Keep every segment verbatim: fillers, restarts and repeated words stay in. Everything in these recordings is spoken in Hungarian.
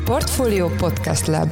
Portfolio Podcast Lab.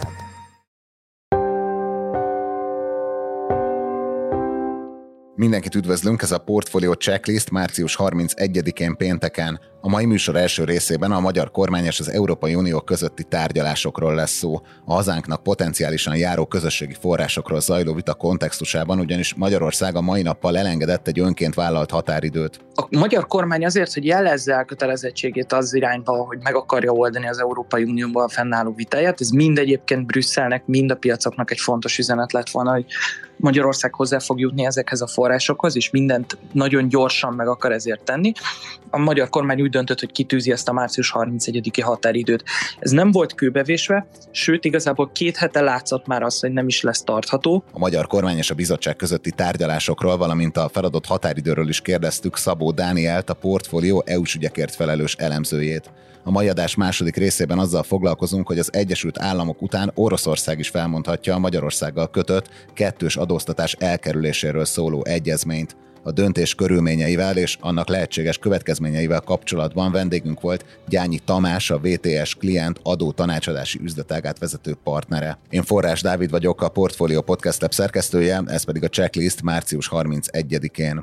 Mindenkit üdvözlünk, ez a Portfolio Checklist március harmincegyedikén pénteken. A mai műsor első részében a magyar kormány és az Európai Unió közötti tárgyalásokról lesz szó. A hazánknak potenciálisan járó közösségi forrásokról zajló vita kontextusában, ugyanis Magyarország a mai nappal elengedett egy önként vállalt határidőt. A magyar kormány azért, hogy jelezze elkötelezettségét az irányba, hogy meg akarja oldani az Európai Unióban fennálló vitáját, ez mind egyébként Brüsszelnek, mind a piacoknak egy fontos üzenet lett volna, hogy Magyarország hozzá fog jutni ezekhez a forrásokhoz, és mindent nagyon gyorsan meg akar ezért tenni. A magyar kormány úgy döntött, hogy kitűzi ezt a március harmincegyediki határidőt. Ez nem volt kőbevésve, sőt igazából két hete látszott már az, hogy nem is lesz tartható. A magyar kormány és a bizottság közötti tárgyalásokról, valamint a feladott határidőről is kérdeztük Szabó Dánielt, a Portfolio é u-s ügyekért felelős elemzőjét. A mai adás második részében azzal foglalkozunk, hogy az Egyesült Államok után Oroszország is felmondhatja a Magyarországgal kötött kettős adóztatás elkerüléséről szóló egyezményt. A döntés körülményeivel és annak lehetséges következményeivel kapcsolatban vendégünk volt Gyányi Tamás, a vé té es Klient adó tanácsadási üzletágát vezető partnere. Én Forrás Dávid vagyok, a Portfolio Podcast Lab szerkesztője, ez pedig a Checklist március harmincegyedikén.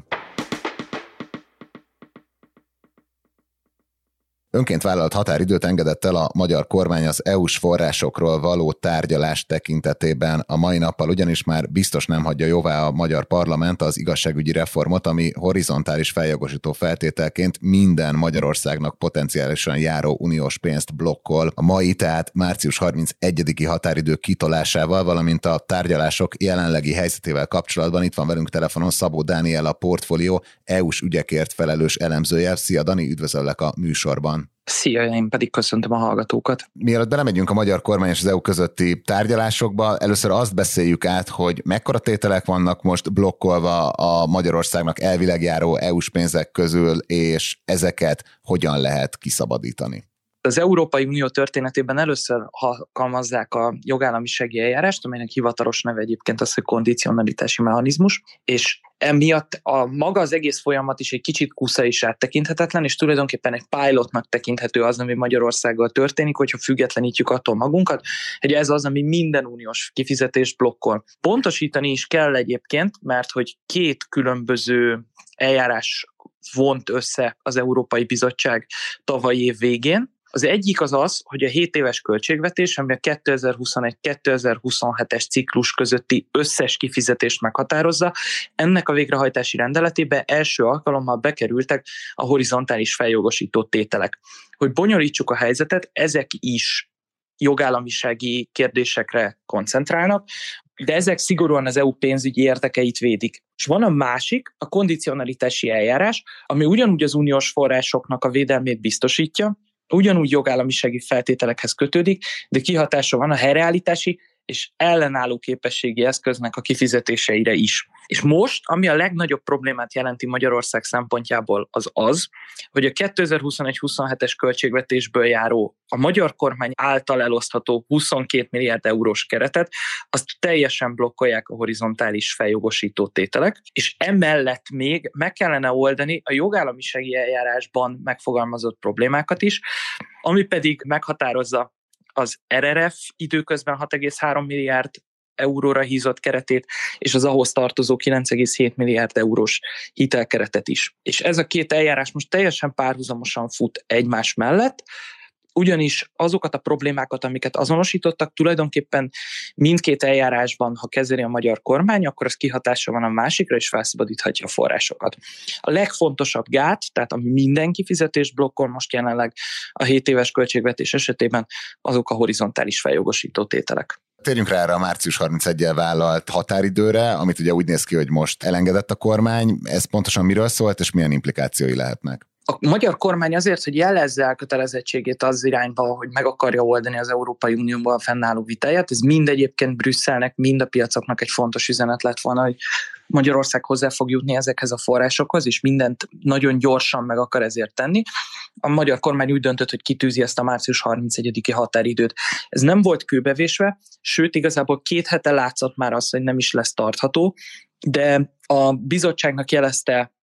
Önként vállalt határidőt engedett el a magyar kormány az é u-s forrásokról való tárgyalás tekintetében. A mai nappal ugyanis már biztos nem hagyja jóvá a magyar parlament az igazságügyi reformot, ami horizontális feljogosító feltételként minden Magyarországnak potenciálisan járó uniós pénzt blokkol. A mai, tehát március harmincegyediki határidő kitolásával, valamint a tárgyalások jelenlegi helyzetével kapcsolatban itt van velünk telefonon Szabó Dániel, a Portfolio é u-s ügyekért felelős elemzője. Szia Dani, üdvözöllek a műsorban. Szia, én pedig köszöntöm a hallgatókat. Mielőtt belemegyünk a magyar kormány és az é u közötti tárgyalásokba, először azt beszéljük át, hogy mekkora tételek vannak most blokkolva a Magyarországnak elvileg járó é u-s pénzek közül, és ezeket hogyan lehet kiszabadítani. Az Európai Unió történetében először alkalmazzák a jogállamisági eljárást, amelynek hivatalos neve egyébként az, hogy kondicionalitási mechanizmus, és emiatt a maga az egész folyamat is egy kicsit kusza és áttekinthetetlen, és tulajdonképpen egy pilotnak tekinthető az, ami Magyarországgal történik, hogyha függetlenítjük attól magunkat, hogy ez az, ami minden uniós kifizetést blokkol. Pontosítani is kell egyébként, mert hogy két különböző eljárás vont össze az Európai Bizottság tavalyi év végén. Az egyik az az, hogy a hét éves költségvetés, ami a kétezer-huszonegy kétezer-huszonhetes ciklus közötti összes kifizetést meghatározza, ennek a végrehajtási rendeletébe első alkalommal bekerültek a horizontális feljogosító tételek. Hogy bonyolítsuk a helyzetet, ezek is jogállamisági kérdésekre koncentrálnak, de ezek szigorúan az é u pénzügyi érdekeit védik. És van a másik, a kondicionalitási eljárás, ami ugyanúgy az uniós forrásoknak a védelmét biztosítja, ugyanúgy jogállamisági feltételekhez kötődik, de kihatása van a helyreállítási és ellenálló képességi eszköznek a kifizetéseire is. És most, ami a legnagyobb problémát jelenti Magyarország szempontjából, az az, hogy a kétezer-huszonegy huszonhetes költségvetésből járó, a magyar kormány által elosztható huszonkét milliárd eurós keretet, azt teljesen blokkolják a horizontális feljogosító tételek, és emellett még meg kellene oldani a jogállamisági eljárásban megfogalmazott problémákat is, ami pedig meghatározza az er er ef időközben hat egész három milliárd euróra hízott keretét, és az ahhoz tartozó kilenc egész hét milliárd eurós hitelkeretet is. És ez a két eljárás most teljesen párhuzamosan fut egymás mellett, ugyanis azokat a problémákat, amiket azonosítottak, tulajdonképpen mindkét eljárásban, ha kezeli a magyar kormány, akkor az kihatása van a másikra, és felszabadíthatja a forrásokat. A legfontosabb gát, tehát ami minden kifizetést blokkol most jelenleg a hét éves költségvetés esetében, azok a horizontális feljogosító tételek. Térjünk rá erre a március harmincegyedikén vállalt határidőre, amit ugye úgy néz ki, hogy most elengedett a kormány. Ez pontosan miről szólt, és milyen implikációi lehetnek? A magyar kormány azért, hogy jelezze elkötelezettségét az irányba, hogy meg akarja oldani az Európai Unióban fennálló vitáját, ez mind egyébként Brüsszelnek, mind a piacoknak egy fontos üzenet lett volna, hogy Magyarország hozzá fog jutni ezekhez a forrásokhoz, és mindent nagyon gyorsan meg akar ezért tenni. A magyar kormány úgy döntött, hogy kitűzi ezt a március harmincegyediki határidőt. Ez nem volt kőbevésve, sőt igazából két hete látszott már az, hogy nem is lesz tartható, de a bizottságnak jelezte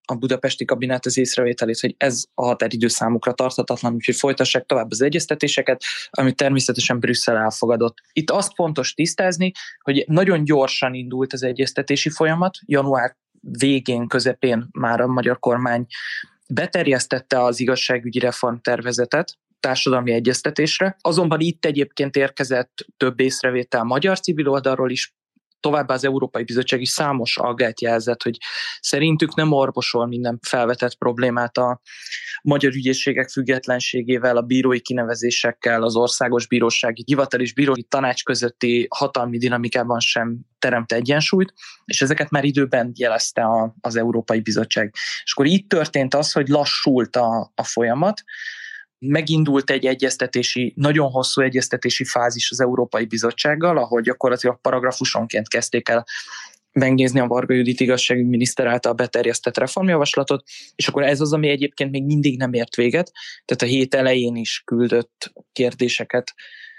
a budapesti kabinet az észrevételét, hogy ez a határidő számukra tarthatatlan, úgyhogy folytassák tovább az egyeztetéseket, amit természetesen Brüsszel elfogadott. Itt azt fontos tisztázni, hogy nagyon gyorsan indult az egyeztetési folyamat, január végén, közepén már a magyar kormány beterjesztette az igazságügyi reformtervezetet társadalmi egyeztetésre, azonban itt egyébként érkezett több észrevétel magyar civil oldalról is, továbbá az Európai Bizottság is számos aggályt jelzett, hogy szerintük nem orvosol minden felvetett problémát a magyar ügyészségek függetlenségével, a bírói kinevezésekkel, az országos bírósági hivatal és bírói tanács közötti hatalmi dinamikában sem teremt egyensúlyt, és ezeket már időben jelezte a, az Európai Bizottság. És akkor itt történt az, hogy lassult a, a folyamat, megindult egy egyeztetési, nagyon hosszú egyeztetési fázis az Európai Bizottsággal, ahol gyakorlatilag paragrafusonként kezdték el megnézni a Varga Judit igazságügyminiszter által beterjesztett reformjavaslatot, és akkor ez az, ami egyébként még mindig nem ért véget, tehát a hét elején is küldött kérdéseket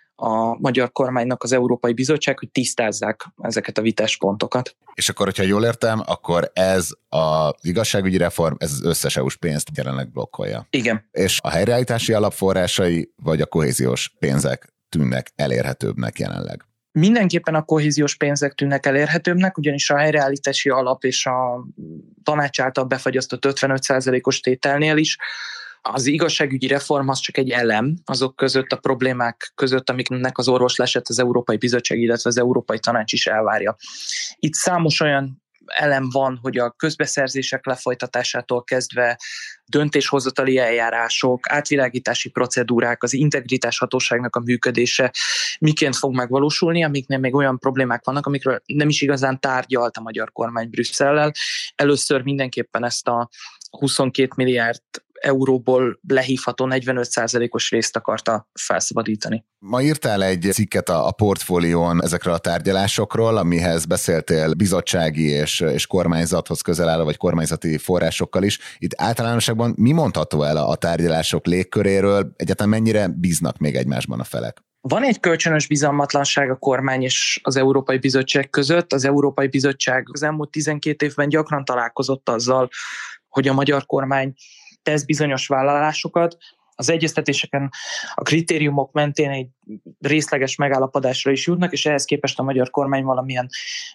a magyar kormánynak az Európai Bizottság, hogy tisztázzák ezeket a vitáspontokat. És akkor, hogyha jól értem, akkor ez az igazságügyi reform, ez az összes é u-s pénzt jelenleg blokkolja. Igen. És a helyreállítási alapforrásai vagy a kohéziós pénzek tűnnek elérhetőbbnek jelenleg? Mindenképpen a kohéziós pénzek tűnnek elérhetőbbnek, ugyanis a helyreállítási alap és a tanács által befagyasztott ötvenöt százalékos tételnél is az igazságügyi reform az csak egy elem azok között, a problémák között, amiknek az orvoslását az Európai Bizottság, illetve az Európai Tanács is elvárja. Itt számos olyan elem van, hogy a közbeszerzések lefolytatásától kezdve döntéshozatali eljárások, átvilágítási procedúrák, az integritás hatóságnak a működése miként fog megvalósulni, amiknél még olyan problémák vannak, amikről nem is igazán tárgyalt a magyar kormány Brüsszellel. Először mindenképpen ezt a huszonkét milliárd euróból lehívható negyvenöt százalékos részt akarta felszabadítani. Ma írtál egy cikket a, a portfólión ezekről a tárgyalásokról, amihez beszéltél bizottsági és, és kormányzathoz közel álló, vagy kormányzati forrásokkal is. Itt általánosságban mi mondható el a, a tárgyalások légköréről? Egyáltalán mennyire bíznak még egymásban a felek? Van egy kölcsönös bizalmatlanság a kormány és az Európai Bizottság között. Az Európai Bizottság az elmúlt tizenkét évben gyakran találkozott azzal, hogy a magyar kormány tesz bizonyos vállalásokat. Az egyeztetéseken a kritériumok mentén egy részleges megállapodásra is jutnak, és ehhez képest a magyar kormány valamilyen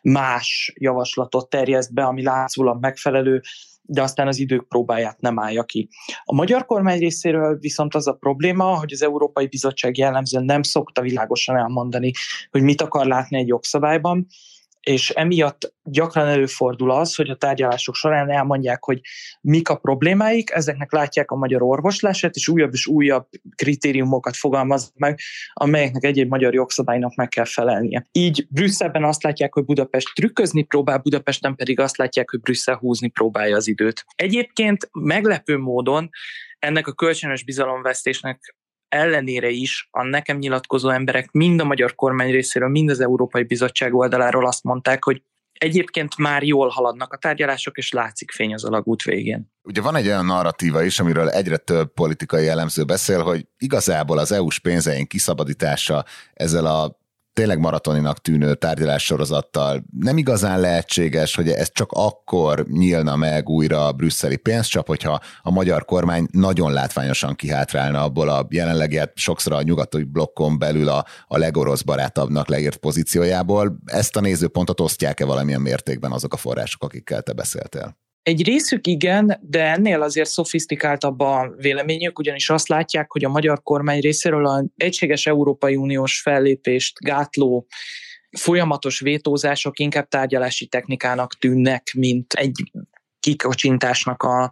más javaslatot terjeszt be, ami látszólag megfelelő, de aztán az idők próbáját nem állja ki. A magyar kormány részéről viszont az a probléma, hogy az Európai Bizottság jellemzően nem szokta világosan elmondani, hogy mit akar látni egy jogszabályban, és emiatt gyakran előfordul az, hogy a tárgyalások során elmondják, hogy mik a problémáik, ezeknek látják a magyar orvoslását, és újabb és újabb kritériumokat fogalmaz meg, amelyeknek egy-egy magyar jogszabálynak meg kell felelnie. Így Brüsszelben azt látják, hogy Budapest trükközni próbál, Budapesten pedig azt látják, hogy Brüsszel húzni próbálja az időt. Egyébként meglepő módon ennek a kölcsönös bizalomvesztésnek ellenére is a nekem nyilatkozó emberek mind a magyar kormány részéről, mind az Európai Bizottság oldaláról azt mondták, hogy egyébként már jól haladnak a tárgyalások, és látszik fény az alagút végén. Ugye van egy olyan narratíva is, amiről egyre több politikai elemző beszél, hogy igazából az é u-s pénzeink kiszabadítása ezzel a tényleg maratoninak tűnő tárgyalássorozattal nem igazán lehetséges, hogy ez csak akkor nyílna meg újra a brüsszeli pénzcsap, hogyha a magyar kormány nagyon látványosan kihátrálna abból a jelenlegi, sokszor a nyugati blokkon belül a, a legorosz barátabbnak leírt pozíciójából. Ezt a nézőpontot osztják-e valamilyen mértékben azok a források, akikkel te beszéltél? Egy részük igen, de ennél azért szofisztikáltabb a véleményük, ugyanis azt látják, hogy a magyar kormány részéről az egységes Európai Uniós fellépést gátló folyamatos vétózások inkább tárgyalási technikának tűnnek, mint egy kikocsintásnak a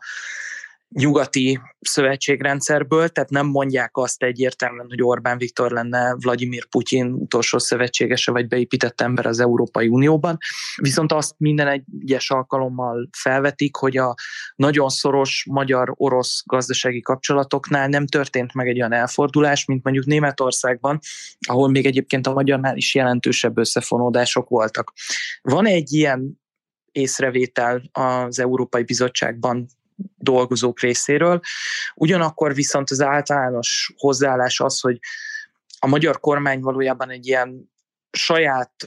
nyugati szövetségrendszerből, tehát nem mondják azt egyértelműen, hogy Orbán Viktor lenne Vladimir Putyin utolsó szövetségese vagy beépített ember az Európai Unióban, viszont azt minden egyes alkalommal felvetik, hogy a nagyon szoros magyar-orosz gazdasági kapcsolatoknál nem történt meg egy olyan elfordulás, mint mondjuk Németországban, ahol még egyébként a magyarnál is jelentősebb összefonódások voltak. Van egy ilyen észrevétel az Európai Bizottságban dolgozók részéről. Ugyanakkor viszont az általános hozzáállás az, hogy a magyar kormány valójában egy ilyen saját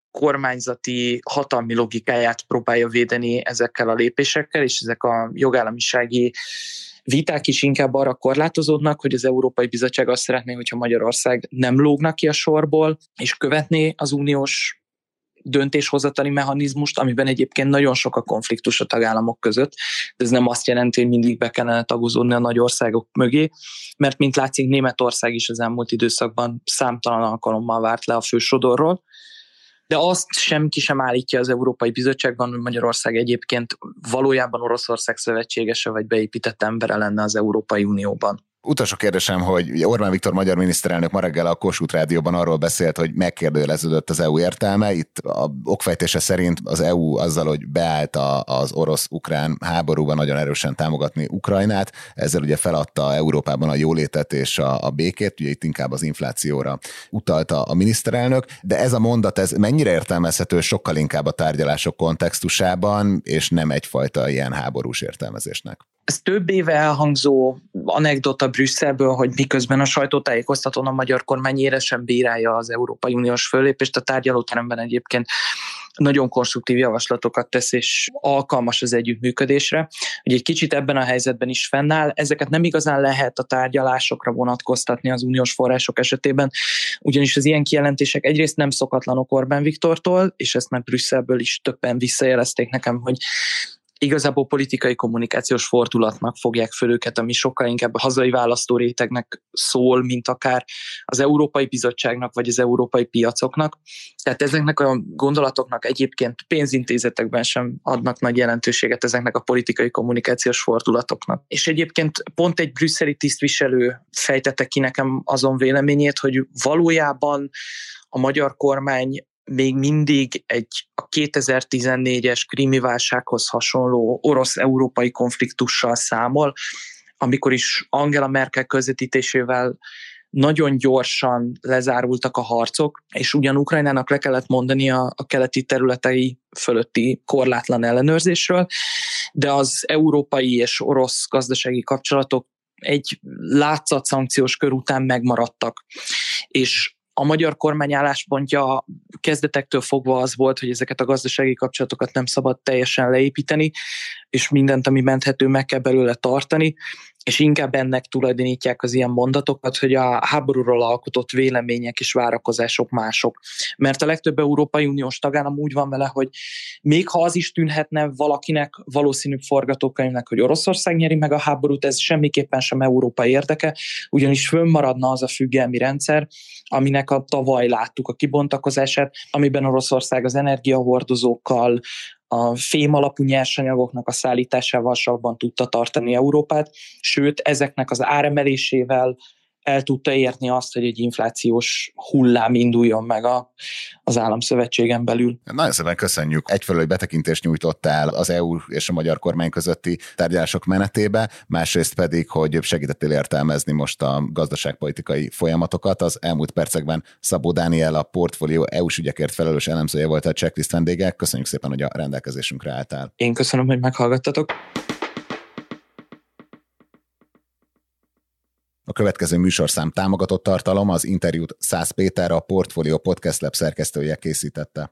kormányzati hatalmi logikáját próbálja védeni ezekkel a lépésekkel, és ezek a jogállamisági viták is inkább arra korlátozódnak, hogy az Európai Bizottság azt szeretné, hogyha Magyarország nem lógna ki a sorból, és követné az uniós döntéshozatali mechanizmust, amiben egyébként nagyon sok a konfliktus a tagállamok között, de ez nem azt jelenti, hogy mindig be kellene tagozódni a nagy országok mögé, mert mint látszik, Németország is az elmúlt időszakban számtalan alkalommal várt le a fősodorról, de azt semki sem állítja az Európai Bizottságban, hogy Magyarország egyébként valójában Oroszország szövetségese vagy beépített embere lenne az Európai Unióban. Utolsó kérdésem, hogy Orbán Viktor magyar miniszterelnök ma reggel a Kossuth Rádióban arról beszélt, hogy megkérdőjeleződött az é u értelme. Itt a okfejtése szerint az é u azzal, hogy beállt az orosz-ukrán háborúban nagyon erősen támogatni Ukrajnát, ezzel ugye feladta Európában a jólétet és a, a békét, ugye itt inkább az inflációra utalta a miniszterelnök, de ez a mondat, ez mennyire értelmezhető sokkal inkább a tárgyalások kontextusában, és nem egyfajta ilyen háborús értelmezésnek? Ez több éve elhangzó anekdota Brüsszelből, hogy miközben a sajtótájékoztatón a magyar kormány éresen bírálja az Európai Uniós föllépést, a tárgyalóteremben egyébként nagyon konstruktív javaslatokat tesz, és alkalmas az együttműködésre, hogy egy kicsit ebben a helyzetben is fennáll. Ezeket nem igazán lehet a tárgyalásokra vonatkoztatni az uniós források esetében, ugyanis az ilyen kijelentések egyrészt nem szokatlanok Orbán Viktortól, és ezt már Brüsszelből is többen visszajelezték nekem, hogy igazából politikai kommunikációs fordulatnak fogják föl őket, ami sokkal inkább a hazai választórétegnek szól, mint akár az Európai Bizottságnak, vagy az európai piacoknak. Tehát ezeknek a gondolatoknak egyébként pénzintézetekben sem adnak nagy jelentőséget ezeknek a politikai kommunikációs fordulatoknak. És egyébként pont egy brüsszeli tisztviselő fejtette ki nekem azon véleményét, hogy valójában a magyar kormány még mindig egy a kétezer-tizennégyes krími válsághoz hasonló orosz-európai konfliktussal számol, amikor is Angela Merkel közvetítésével nagyon gyorsan lezárultak a harcok, és ugyan Ukrajnának le kellett mondani a, a keleti területei fölötti korlátlan ellenőrzésről, de az európai és orosz gazdasági kapcsolatok egy látszat szankciós kör után megmaradtak. És a magyar kormány álláspontja kezdetektől fogva az volt, hogy ezeket a gazdasági kapcsolatokat nem szabad teljesen leépíteni, és mindent, ami menthető, meg kell belőle tartani, és inkább ennek tulajdonítják az ilyen mondatokat, hogy a háborúról alkotott vélemények és várakozások mások. Mert a legtöbb Európai Uniós tagállam úgy van vele, hogy még ha az is tűnhetne valakinek valószínűbb forgatókönyvnek, hogy Oroszország nyeri meg a háborút, ez semmiképpen sem Európa érdeke, ugyanis fönnmaradna az a függelmi rendszer, aminek a tavaly láttuk a kibontakozását, amiben Oroszország az energiahordozókkal, a fém alapú nyersanyagoknak a szállításával savban tudta tartani Európát, sőt, ezeknek az áremelésével el tudta érni azt, hogy egy inflációs hullám induljon meg a, az államszövetségen belül. Nagyon szépen köszönjük. Egyfelől, hogy betekintést nyújtottál az é u és a magyar kormány közötti tárgyalások menetébe, másrészt pedig, hogy segítettél értelmezni most a gazdaságpolitikai folyamatokat. Az elmúlt percekben Szabó Dániel, a Portfolio é u-s ügyekért felelős elemzője volt a Checklist vendége. Köszönjük szépen, hogy a rendelkezésünkre álltál. Én köszönöm, hogy meghallgattatok. A következő műsorszám támogatott tartalom, az interjút Szász Péter, a Portfolio Podcast Lab szerkesztője készítette.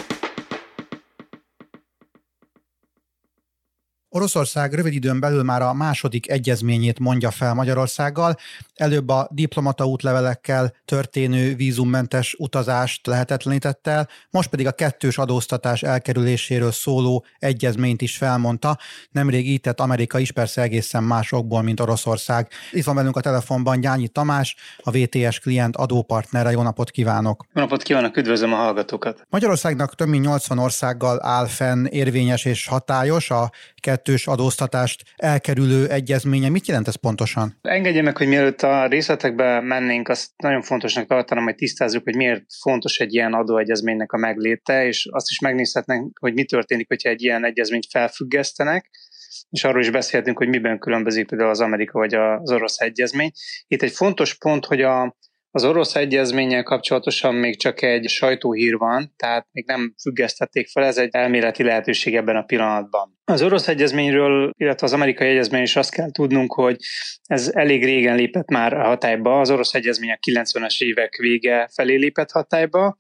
Oroszország rövid időn belül már a második egyezményét mondja fel Magyarországgal, előbb a diplomata útlevelekkel történő vízummentes utazást lehetetlenítette el, most pedig a kettős adóztatás elkerüléséről szóló egyezményt is felmondta. Nemrég így tett Amerika is, persze egészen másokból, mint Oroszország. Itt van velünk a telefonban Gyányi Tamás, a vé té es klient adópartnere. Jó napot kívánok! Jó napot kívánok, üdvözlöm a hallgatókat! Magyarországnak több mint nyolcvan országgal áll fenn érvényes és hatályos a kettős adóztatást elkerülő egyezménye. Mit jelent ez pontosan? Engedje meg, hogy mielőtt a részletekbe mennénk, azt nagyon fontosnak tartanám, hogy tisztázzuk, hogy miért fontos egy ilyen adóegyezménynek a megléte, és azt is megnézhetnénk, hogy mi történik, hogyha egy ilyen egyezményt felfüggesztenek, és arról is beszélhetünk, hogy miben különbözik például az Amerika vagy az orosz egyezmény. Itt egy fontos pont, hogy a Az orosz egyezménnyel kapcsolatosan még csak egy sajtóhír van, tehát még nem függesztették fel, ez egy elméleti lehetőség ebben a pillanatban. Az orosz egyezményről, illetve az amerikai egyezmény is azt kell tudnunk, hogy ez elég régen lépett már hatályba. Az orosz egyezmény a kilencvenes évek vége felé lépett hatályba,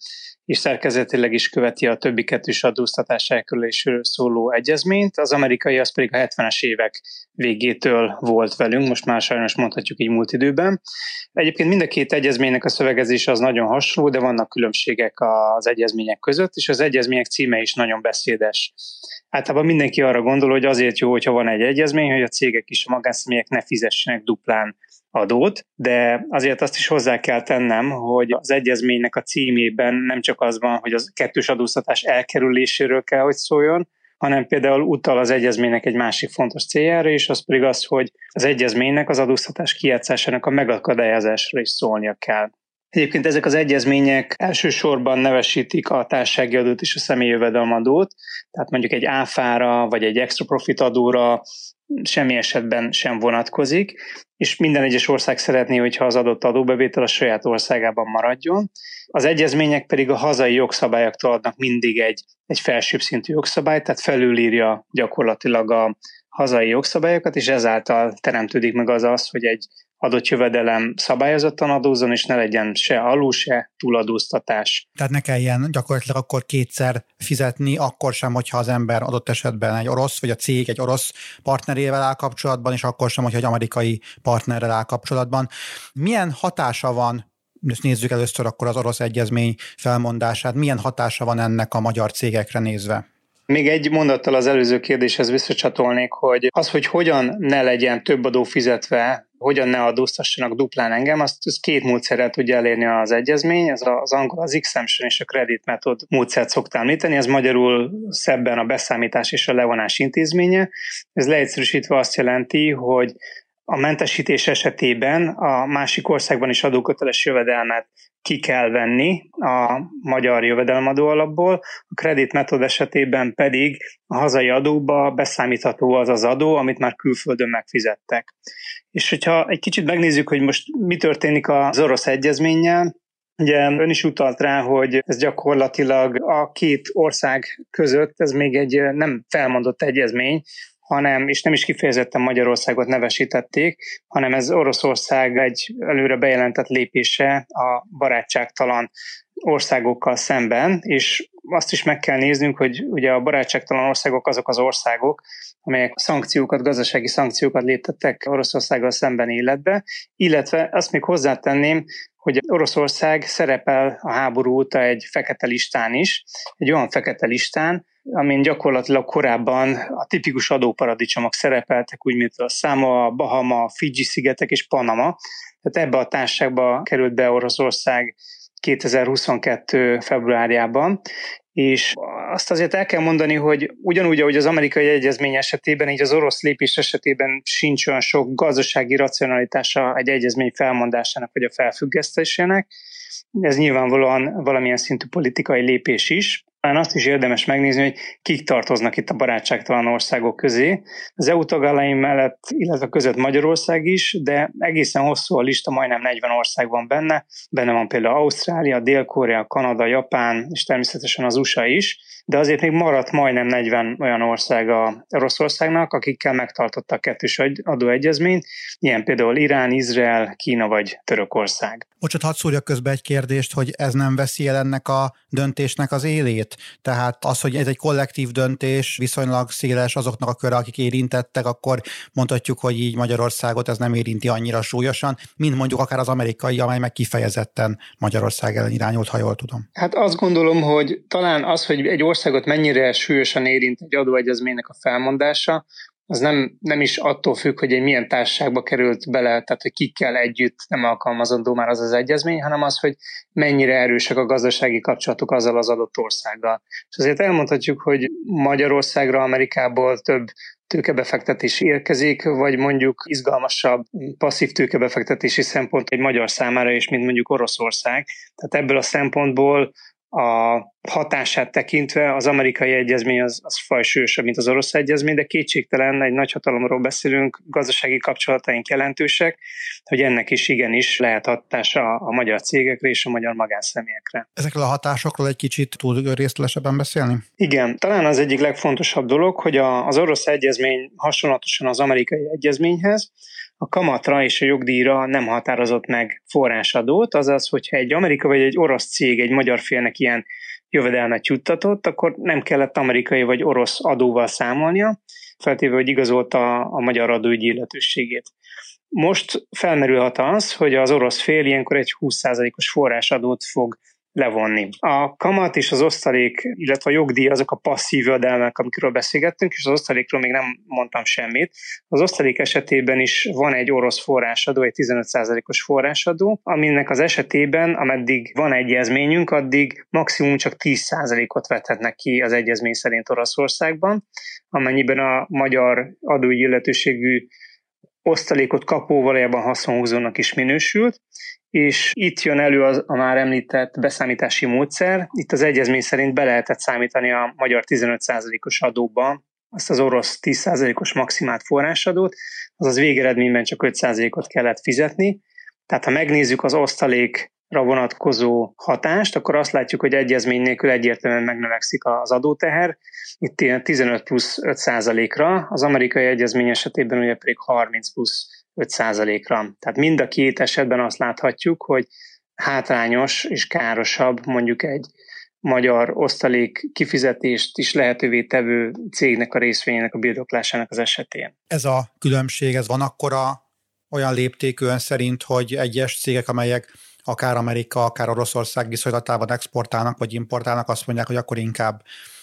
és szerkezetileg is követi a többi kettős adóztatás elkerüléséről szóló egyezményt. Az amerikai az pedig a hetvenes évek végétől volt velünk, most már sajnos mondhatjuk így múlt időben. Egyébként mind a két egyezménynek a szövegezése az nagyon hasonló, de vannak különbségek az egyezmények között, és az egyezmények címe is nagyon beszédes. Általában mindenki arra gondol, hogy azért jó, hogyha van egy egyezmény, hogy a cégek és a magánszemélyek ne fizessenek duplán adót, de azért azt is hozzá kell tennem, hogy az egyezménynek a címében nem csak az van, hogy az kettős adóztatás elkerüléséről kell, hogy szóljon, hanem például utal az egyezménynek egy másik fontos céljára, és az pedig az, hogy az egyezménynek az adóztatás kijátszásának a megakadályozásra is szólnia kell. Egyébként ezek az egyezmények elsősorban nevesítik a társasági adót és a személyi jövedelemadót, tehát mondjuk egy áfára vagy egy extra profit adóra semmi esetben sem vonatkozik, és minden egyes ország szeretné, hogyha az adott adóbevétel a saját országában maradjon. Az egyezmények pedig a hazai jogszabályoktól adnak mindig egy, egy felsőbb szintű jogszabályt, tehát felülírja gyakorlatilag a hazai jogszabályokat, és ezáltal teremtődik meg az az, hogy egy adott jövedelem szabályozottan adózzon, és ne legyen se alul, se túladóztatás. Tehát ne kelljen gyakorlatilag akkor kétszer fizetni, akkor sem, hogyha az ember adott esetben egy orosz, vagy a cég egy orosz partnerével áll kapcsolatban, és akkor sem, hogyha egy amerikai partnerrel áll kapcsolatban. Milyen hatása van, ezt nézzük először akkor az orosz egyezmény felmondását, milyen hatása van ennek a magyar cégekre nézve? Még egy mondattal az előző kérdéshez visszacsatolnék, hogy az, hogy hogyan ne legyen több adó fizetve, hogyan ne adóztassanak duplán engem, azt, azt két módszerrel tudja elérni az egyezmény, ez az angol az exemption és a credit method módszert szoktam említeni, ez magyarul szebben a beszámítás és a levonás intézménye. Ez leegyszerűsítve azt jelenti, hogy a mentesítés esetében a másik országban is adóköteles jövedelmet ki kell venni a magyar jövedelemadó alapból, a credit method esetében pedig a hazai adóba beszámítható az az adó, amit már külföldön megfizettek. És hogyha egy kicsit megnézzük, hogy most mi történik az orosz egyezménnyel, ugye ön is utalt rá, hogy ez gyakorlatilag a két ország között ez még egy nem felmondott egyezmény, hanem, és nem is kifejezetten Magyarországot nevesítették, hanem ez Oroszország egy előre bejelentett lépése a barátságtalan országokkal szemben, és azt is meg kell néznünk, hogy ugye a barátságtalan országok azok az országok, amelyek szankciókat, gazdasági szankciókat léptettek Oroszországgal szemben életbe, illetve azt még hozzátenném, hogy Oroszország szerepel a háború óta egy fekete listán is, egy olyan fekete listán, amin gyakorlatilag korábban a tipikus adóparadicsomok szerepeltek, úgy mint a Samoa, Bahama, Fidzsi-szigetek és Panama. Tehát ebbe a társaságba került be Oroszország kétezer-huszonkettő februárjában, és azt azért el kell mondani, hogy ugyanúgy, ahogy az amerikai egyezmény esetében, így az orosz lépés esetében sincs olyan sok gazdasági racionalitása egy egyezmény felmondásának vagy a felfüggesztésének. Ez nyilvánvalóan valamilyen szintű politikai lépés is. Talán azt is érdemes megnézni, hogy kik tartoznak itt a barátságtalan országok közé. Az é u tagállamaim mellett, illetve között Magyarország is, de egészen hosszú a lista, majdnem negyven ország van benne. Benne van például Ausztrália, Dél-Korea, Kanada, Japán, és természetesen az u es á is, de azért még maradt majdnem negyven olyan ország a Oroszországnak, akikkel megtartotta a kettős adóegyezményt, ilyen például Irán, Izrael, Kína vagy Törökország. Bocsát, hadd szúrjak közbe egy kérdést, hogy ez nem veszi el ennek a döntésnek az élét? Tehát az, hogy ez egy kollektív döntés, viszonylag széles azoknak a köre, akik érintettek, akkor mondhatjuk, hogy így Magyarországot ez nem érinti annyira súlyosan, mint mondjuk akár az amerikai, amely meg kifejezetten Magyarország ellen irányult, ha jól tudom. Hát azt gondolom, hogy talán az, hogy egy országot mennyire súlyosan érint egy adóegyezménynek a felmondása, az nem, nem is attól függ, hogy egy milyen társaságba került bele, tehát hogy kikkel együtt nem alkalmazandó már az az egyezmény, hanem az, hogy mennyire erősek a gazdasági kapcsolatok azzal az adott országgal. És azért elmondhatjuk, hogy Magyarországra Amerikából több tőkebefektetés érkezik, vagy mondjuk izgalmasabb passzív tőkebefektetési szempont egy magyar számára is, mint mondjuk Oroszország. Tehát ebből a szempontból a hatását tekintve az amerikai egyezmény az, az fajsúlyosabb, mint az orosz egyezmény, de kétségtelen, egy nagyhatalomról beszélünk, gazdasági kapcsolataink jelentősek, hogy ennek is igenis lehet hatása a magyar cégekre és a magyar magánszemélyekre. Ezekről a hatásokról egy kicsit tud részletesebben beszélni? Igen, talán az egyik legfontosabb dolog, hogy a, az orosz egyezmény hasonlatosan az amerikai egyezményhez, a kamatra és a jogdíjra nem határozott meg forrásadót, azaz, hogyha egy amerikai vagy egy orosz cég egy magyar félnek ilyen jövedelmet juttatott, akkor nem kellett amerikai vagy orosz adóval számolnia, feltéve, hogy igazolta a magyar adóügyi illetőségét. Most felmerülhet az, hogy az orosz fél ilyenkor egy húsz százalékos forrásadót fog levonni. A kamat és az osztalék, illetve a jogdíj azok a passzív jövedelmek, amikről beszélgettünk, és az osztalékról még nem mondtam semmit. Az osztalék esetében is van egy orosz forrásadó, egy tizenöt százalékos forrásadó, aminek az esetében, ameddig van egyezményünk, addig maximum csak tíz százalékot vethetnek ki az egyezmény szerint Oroszországban, amennyiben a magyar adóügyi illetőségű osztalékot kapó valójában haszonhúzónak is minősült, és itt jön elő az, a már említett beszámítási módszer. Itt az egyezmény szerint be lehetett számítani a magyar tizenöt százalékos adóba azt az orosz tíz százalékos maximált forrásadót, azaz végeredményben csak öt százalékot kellett fizetni. Tehát ha megnézzük az osztalékra vonatkozó hatást, akkor azt látjuk, hogy egyezmény nélkül egyértelműen megnövekszik az adóteher. Itt ilyen tizenöt plusz öt százalékra, az amerikai egyezmény esetében ugye pedig harminc plusz öt százalékra. Tehát mind a két esetben azt láthatjuk, hogy hátrányos és károsabb mondjuk egy magyar osztalék kifizetést is lehetővé tevő cégnek a részvényének a birtoklásának az esetén. Ez a különbség, ez van akkora olyan léptékű ön szerint, hogy egyes cégek, amelyek akár Amerika, akár Oroszország viszonylatában exportálnak vagy importálnak, azt mondják, hogy akkor inkább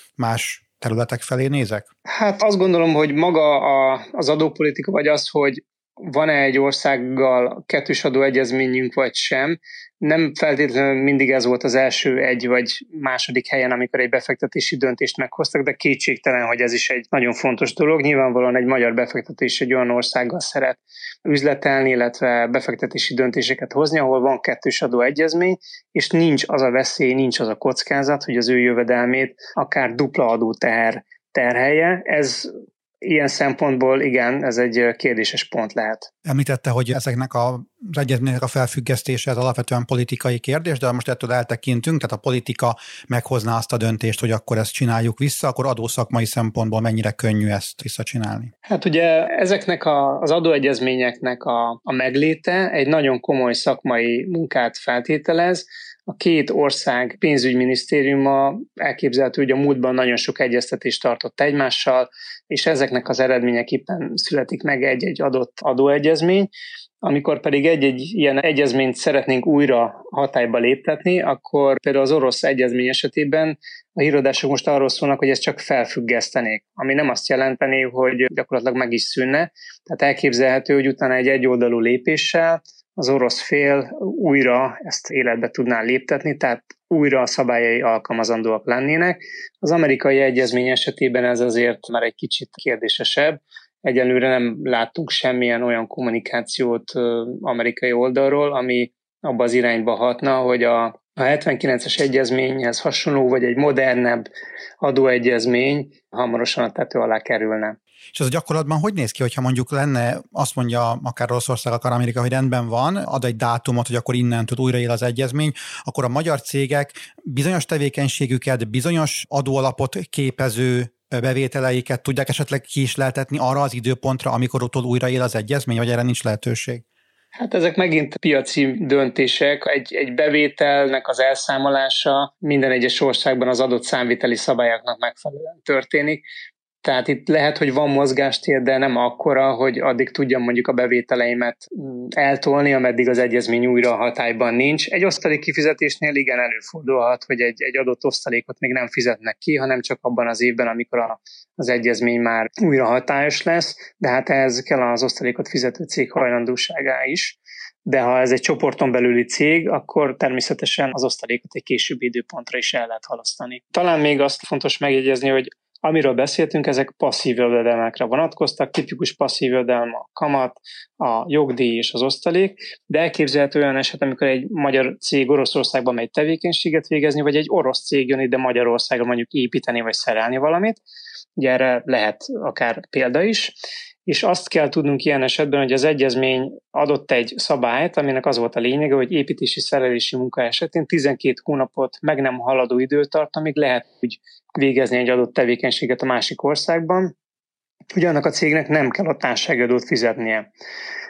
más területek felé nézek? Hát azt gondolom, hogy maga a, az adópolitika, vagy az, hogy van-e egy országgal kettős adóegyezményünk, vagy sem, nem feltétlenül mindig ez volt az első egy vagy második helyen, amikor egy befektetési döntést meghoztak, de kétségtelen, hogy ez is egy nagyon fontos dolog. Nyilvánvalóan egy magyar befektetés egy olyan országgal szeret üzletelni, illetve befektetési döntéseket hozni, ahol van kettős adóegyezmény, és nincs az a veszély, nincs az a kockázat, hogy az ő jövedelmét akár dupla adóteher terhelje. Ez ilyen szempontból igen, ez egy kérdéses pont lehet. Említette, hogy ezeknek a, az egyezménynek a felfüggesztése ez alapvetően politikai kérdés, de most ettől eltekintünk, tehát a politika meghozná azt a döntést, hogy akkor ezt csináljuk vissza, akkor adószakmai szempontból mennyire könnyű ezt visszacsinálni? Hát ugye ezeknek a, az adóegyezményeknek a, a megléte egy nagyon komoly szakmai munkát feltételez. A két ország pénzügyminisztériuma elképzelhető, hogy a múltban nagyon sok egyeztetést tartott egymással, és ezeknek az eredményeképpen születik meg egy-egy adott adóegyezmény. Amikor pedig egy-egy ilyen egyezményt szeretnénk újra hatályba léptetni, akkor például az orosz egyezmény esetében a híradások most arról szólnak, hogy ezt csak felfüggesztenék, ami nem azt jelenteni, hogy gyakorlatilag meg is szűnne. Tehát elképzelhető, hogy utána egy egyoldalú lépéssel az orosz fél újra ezt életbe tudná léptetni, tehát újra a szabályai alkalmazandóak lennének. Az amerikai egyezmény esetében ez azért már egy kicsit kérdésesebb. Egyelőre nem láttunk semmilyen olyan kommunikációt amerikai oldalról, ami abba az irányba hatna, hogy a, a hetvenkilences egyezményhez hasonló, vagy egy modernebb adóegyezmény hamarosan a tető alá kerülne. És ez a gyakorlatban hogy néz ki, hogyha mondjuk lenne, azt mondja akár Oroszország, akár Amerika, hogy rendben van, ad egy dátumot, hogy akkor innentől újraél az egyezmény, akkor a magyar cégek bizonyos tevékenységüket, bizonyos adóalapot képező bevételeiket tudják esetleg ki is lehetetni arra az időpontra, amikor ott újraél az egyezmény, vagy erre nincs lehetőség? Hát ezek megint piaci döntések. Egy, egy bevételnek az elszámolása minden egyes országban az adott számviteli szabályoknak megfelelően történik. Tehát itt lehet, hogy van mozgástér, de nem akkora, hogy addig tudjam mondjuk a bevételeimet eltolni, ameddig az egyezmény újra hatályban nincs. Egy osztalék kifizetésnél igen előfordulhat, hogy egy, egy adott osztalékot még nem fizetnek ki, hanem csak abban az évben, amikor a, az egyezmény már újra hatályos lesz, de hát ehhez kell az osztalékot fizető cég hajlandóságá is. De ha ez egy csoporton belüli cég, akkor természetesen az osztalékot egy későbbi időpontra is el lehet halasztani. Talán még azt fontos megjegyezni, hogy amiről beszéltünk, ezek passzív jövedelmekre vonatkoztak, tipikus passzív jövedelem a kamat, a jogdíj és az osztalék, de elképzelhető olyan eset, amikor egy magyar cég Oroszországban megy tevékenységet végezni, vagy egy orosz cég jön ide Magyarországra mondjuk építeni vagy szerelni valamit. Ugye erre lehet akár példa is. És azt kell tudnunk ilyen esetben, hogy az egyezmény adott egy szabályt, aminek az volt a lényege, hogy építési szerelési munka esetén tizenkét hónapot meg nem haladó időtartamig lehet úgy végezni egy adott tevékenységet a másik országban, hogy annak a cégnek nem kell a társasági adót fizetnie.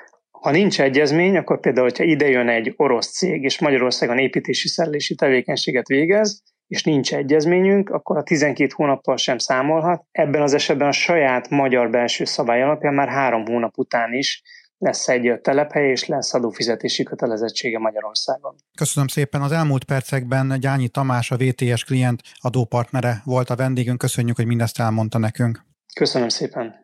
Ha nincs egyezmény, akkor például, hogyha ide jön egy orosz cég, és Magyarországon építési szerelési tevékenységet végez, és nincs egyezményünk, akkor a tizenkét hónappal sem számolhat. Ebben az esetben a saját magyar belső szabály alapján már három hónap után is lesz egy telephelye, és lesz adófizetési kötelezettsége Magyarországon. Köszönöm szépen. Az elmúlt percekben Gyányi Tamás, a vé té es Klient adópartnere volt a vendégünk. Köszönjük, hogy mindezt elmondta nekünk. Köszönöm szépen.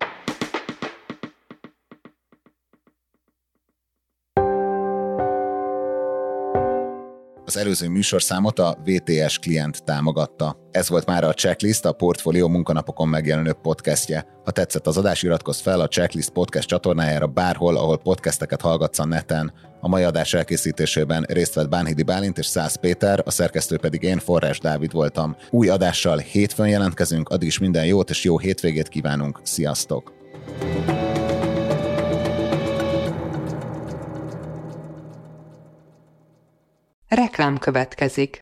Az előző műsorszámot a vé té es Klient támogatta. Ez volt már a Checklist, a Portfolio munkanapokon megjelenő podcastje. Ha tetszett az adás, iratkozz fel a Checklist podcast csatornájára bárhol, ahol podcasteket hallgatsz a neten. A mai adás elkészítésében részt vett Bánhidi Bálint és Szász Péter, a szerkesztő pedig én, Forrás Dávid voltam. Új adással hétfőn jelentkezünk, addig is minden jót és jó hétvégét kívánunk. Sziasztok! Reklám következik.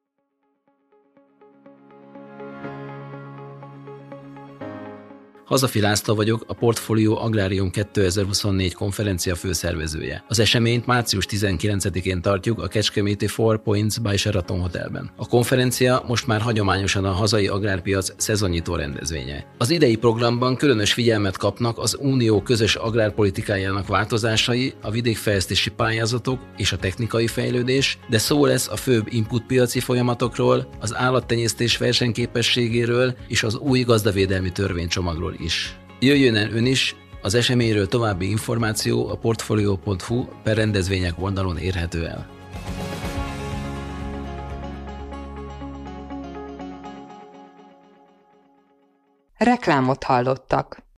Hazafi László vagyok, a Portfolio Agrárium kétezer-huszonnégy konferencia főszervezője. Az eseményt március tizenkilencedikén tartjuk a Kecskeméti Four Points by Sheraton Hotelben. A konferencia most már hagyományosan a hazai agrárpiac szezonnyitó rendezvénye. Az idei programban különös figyelmet kapnak az Unió közös agrárpolitikájának változásai, a vidékfejlesztési pályázatok és a technikai fejlődés, de szó lesz a főbb inputpiaci folyamatokról, az állattenyésztés versenyképességéről és az új gazdavédelmi törvénycsomagról is. Jöjjön el ön is, az eseményről további információ a portfolio pont hu per rendezvények oldalon érhető el. Reklámot hallottak.